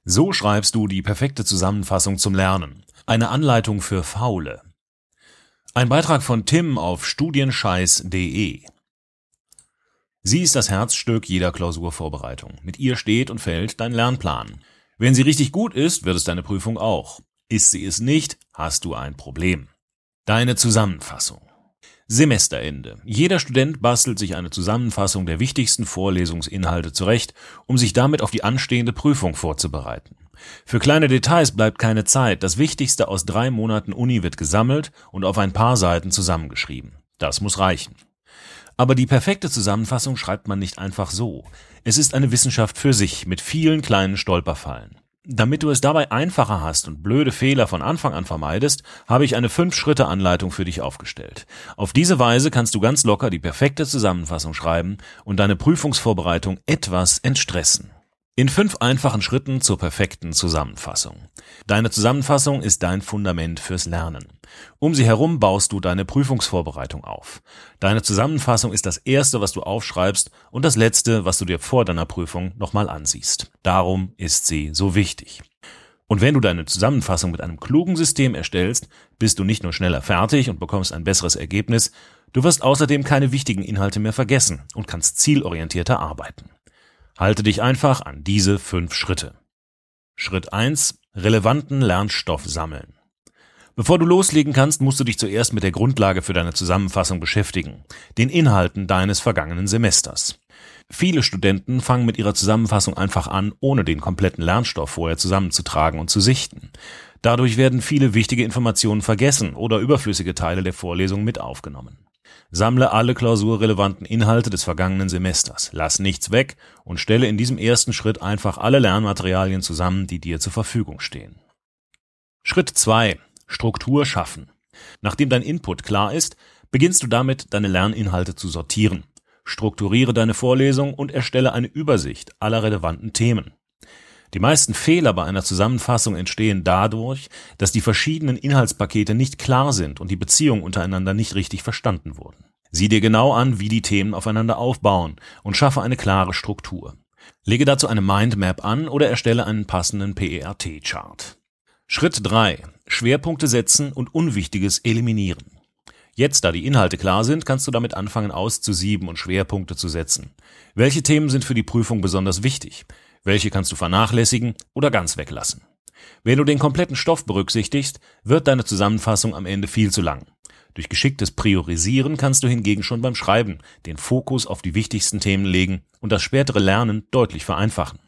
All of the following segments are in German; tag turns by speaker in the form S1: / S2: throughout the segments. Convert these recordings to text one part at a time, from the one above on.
S1: So schreibst du die perfekte Zusammenfassung zum Lernen. Eine Anleitung für Faule. Ein Beitrag von Tim auf studienscheiß.de. Sie ist das Herzstück jeder Klausurvorbereitung. Mit ihr steht und fällt dein Lernplan. Wenn sie richtig gut ist, wird es deine Prüfung auch. Ist sie es nicht, hast du ein Problem. Deine Zusammenfassung. Semesterende. Jeder Student bastelt sich eine Zusammenfassung der wichtigsten Vorlesungsinhalte zurecht, um sich damit auf die anstehende Prüfung vorzubereiten. Für kleine Details bleibt keine Zeit. Das Wichtigste aus 3 Monaten Uni wird gesammelt und auf ein paar Seiten zusammengeschrieben. Das muss reichen. Aber die perfekte Zusammenfassung schreibt man nicht einfach so. Es ist eine Wissenschaft für sich mit vielen kleinen Stolperfallen. Damit du es dabei einfacher hast und blöde Fehler von Anfang an vermeidest, habe ich eine 5-Schritte-Anleitung für dich aufgestellt. Auf diese Weise kannst du ganz locker die perfekte Zusammenfassung schreiben und deine Prüfungsvorbereitung etwas entstressen. In 5 einfachen Schritten zur perfekten Zusammenfassung. Deine Zusammenfassung ist dein Fundament fürs Lernen. Um sie herum baust du deine Prüfungsvorbereitung auf. Deine Zusammenfassung ist das Erste, was du aufschreibst und das Letzte, was du dir vor deiner Prüfung nochmal ansiehst. Darum ist sie so wichtig. Und wenn du deine Zusammenfassung mit einem klugen System erstellst, bist du nicht nur schneller fertig und bekommst ein besseres Ergebnis, du wirst außerdem keine wichtigen Inhalte mehr vergessen und kannst zielorientierter arbeiten. Halte dich einfach an diese 5 Schritte. Schritt 1. Relevanten Lernstoff sammeln. Bevor du loslegen kannst, musst du dich zuerst mit der Grundlage für deine Zusammenfassung beschäftigen, den Inhalten deines vergangenen Semesters. Viele Studenten fangen mit ihrer Zusammenfassung einfach an, ohne den kompletten Lernstoff vorher zusammenzutragen und zu sichten. Dadurch werden viele wichtige Informationen vergessen oder überflüssige Teile der Vorlesung mit aufgenommen. Sammle alle klausurrelevanten Inhalte des vergangenen Semesters, lass nichts weg und stelle in diesem ersten Schritt einfach alle Lernmaterialien zusammen, die dir zur Verfügung stehen. Schritt 2. Struktur schaffen. Nachdem dein Input klar ist, beginnst du damit, deine Lerninhalte zu sortieren. Strukturiere deine Vorlesung und erstelle eine Übersicht aller relevanten Themen. Die meisten Fehler bei einer Zusammenfassung entstehen dadurch, dass die verschiedenen Inhaltspakete nicht klar sind und die Beziehungen untereinander nicht richtig verstanden wurden. Sieh dir genau an, wie die Themen aufeinander aufbauen und schaffe eine klare Struktur. Lege dazu eine Mindmap an oder erstelle einen passenden PERT-Chart. Schritt 3. Schwerpunkte setzen und Unwichtiges eliminieren. Jetzt, da die Inhalte klar sind, kannst du damit anfangen auszusieben und Schwerpunkte zu setzen. Welche Themen sind für die Prüfung besonders wichtig? Welche kannst du vernachlässigen oder ganz weglassen? Wenn du den kompletten Stoff berücksichtigst, wird deine Zusammenfassung am Ende viel zu lang. Durch geschicktes Priorisieren kannst du hingegen schon beim Schreiben den Fokus auf die wichtigsten Themen legen und das spätere Lernen deutlich vereinfachen.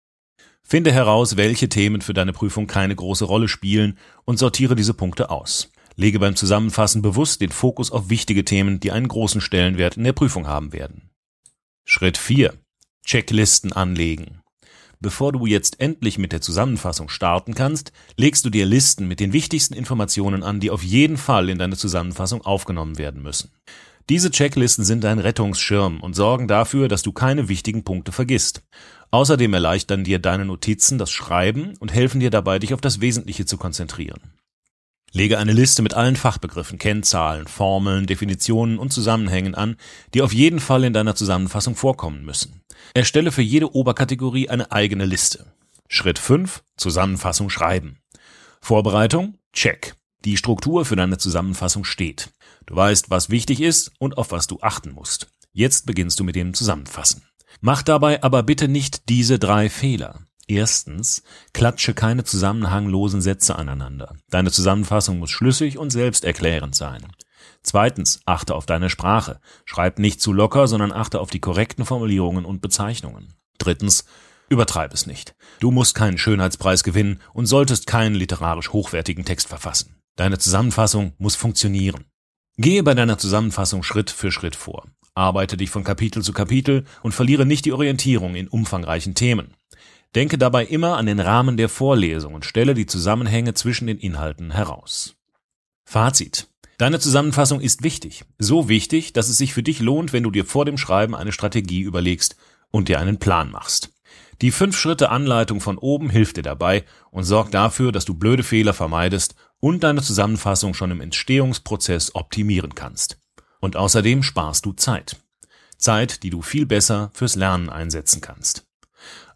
S1: Finde heraus, welche Themen für deine Prüfung keine große Rolle spielen und sortiere diese Punkte aus. Lege beim Zusammenfassen bewusst den Fokus auf wichtige Themen, die einen großen Stellenwert in der Prüfung haben werden. Schritt 4. Checklisten anlegen. Bevor du jetzt endlich mit der Zusammenfassung starten kannst, legst du dir Listen mit den wichtigsten Informationen an, die auf jeden Fall in deine Zusammenfassung aufgenommen werden müssen. Diese Checklisten sind dein Rettungsschirm und sorgen dafür, dass du keine wichtigen Punkte vergisst. Außerdem erleichtern dir deine Notizen das Schreiben und helfen dir dabei, dich auf das Wesentliche zu konzentrieren. Lege eine Liste mit allen Fachbegriffen, Kennzahlen, Formeln, Definitionen und Zusammenhängen an, die auf jeden Fall in deiner Zusammenfassung vorkommen müssen. Erstelle für jede Oberkategorie eine eigene Liste. Schritt 5. Zusammenfassung schreiben. Vorbereitung? Check. Die Struktur für deine Zusammenfassung steht. Du weißt, was wichtig ist und auf was du achten musst. Jetzt beginnst du mit dem Zusammenfassen. Mach dabei aber bitte nicht diese 3 Fehler. Erstens, klatsche keine zusammenhanglosen Sätze aneinander. Deine Zusammenfassung muss schlüssig und selbsterklärend sein. Zweitens, achte auf deine Sprache. Schreib nicht zu locker, sondern achte auf die korrekten Formulierungen und Bezeichnungen. Drittens, übertreib es nicht. Du musst keinen Schönheitspreis gewinnen und solltest keinen literarisch hochwertigen Text verfassen. Deine Zusammenfassung muss funktionieren. Gehe bei deiner Zusammenfassung Schritt für Schritt vor. Arbeite dich von Kapitel zu Kapitel und verliere nicht die Orientierung in umfangreichen Themen. Denke dabei immer an den Rahmen der Vorlesung und stelle die Zusammenhänge zwischen den Inhalten heraus. Fazit. Deine Zusammenfassung ist wichtig. So wichtig, dass es sich für dich lohnt, wenn du dir vor dem Schreiben eine Strategie überlegst und dir einen Plan machst. Die 5-Schritte-Anleitung von oben hilft dir dabei und sorgt dafür, dass du blöde Fehler vermeidest und deine Zusammenfassung schon im Entstehungsprozess optimieren kannst. Und außerdem sparst du Zeit. Zeit, die du viel besser fürs Lernen einsetzen kannst.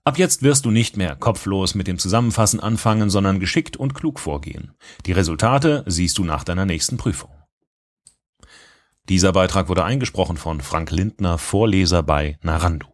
S1: Ab jetzt wirst du nicht mehr kopflos mit dem Zusammenfassen anfangen, sondern geschickt und klug vorgehen. Die Resultate siehst du nach deiner nächsten Prüfung. Dieser Beitrag wurde eingesprochen von Frank Lindner, Vorleser bei Narando.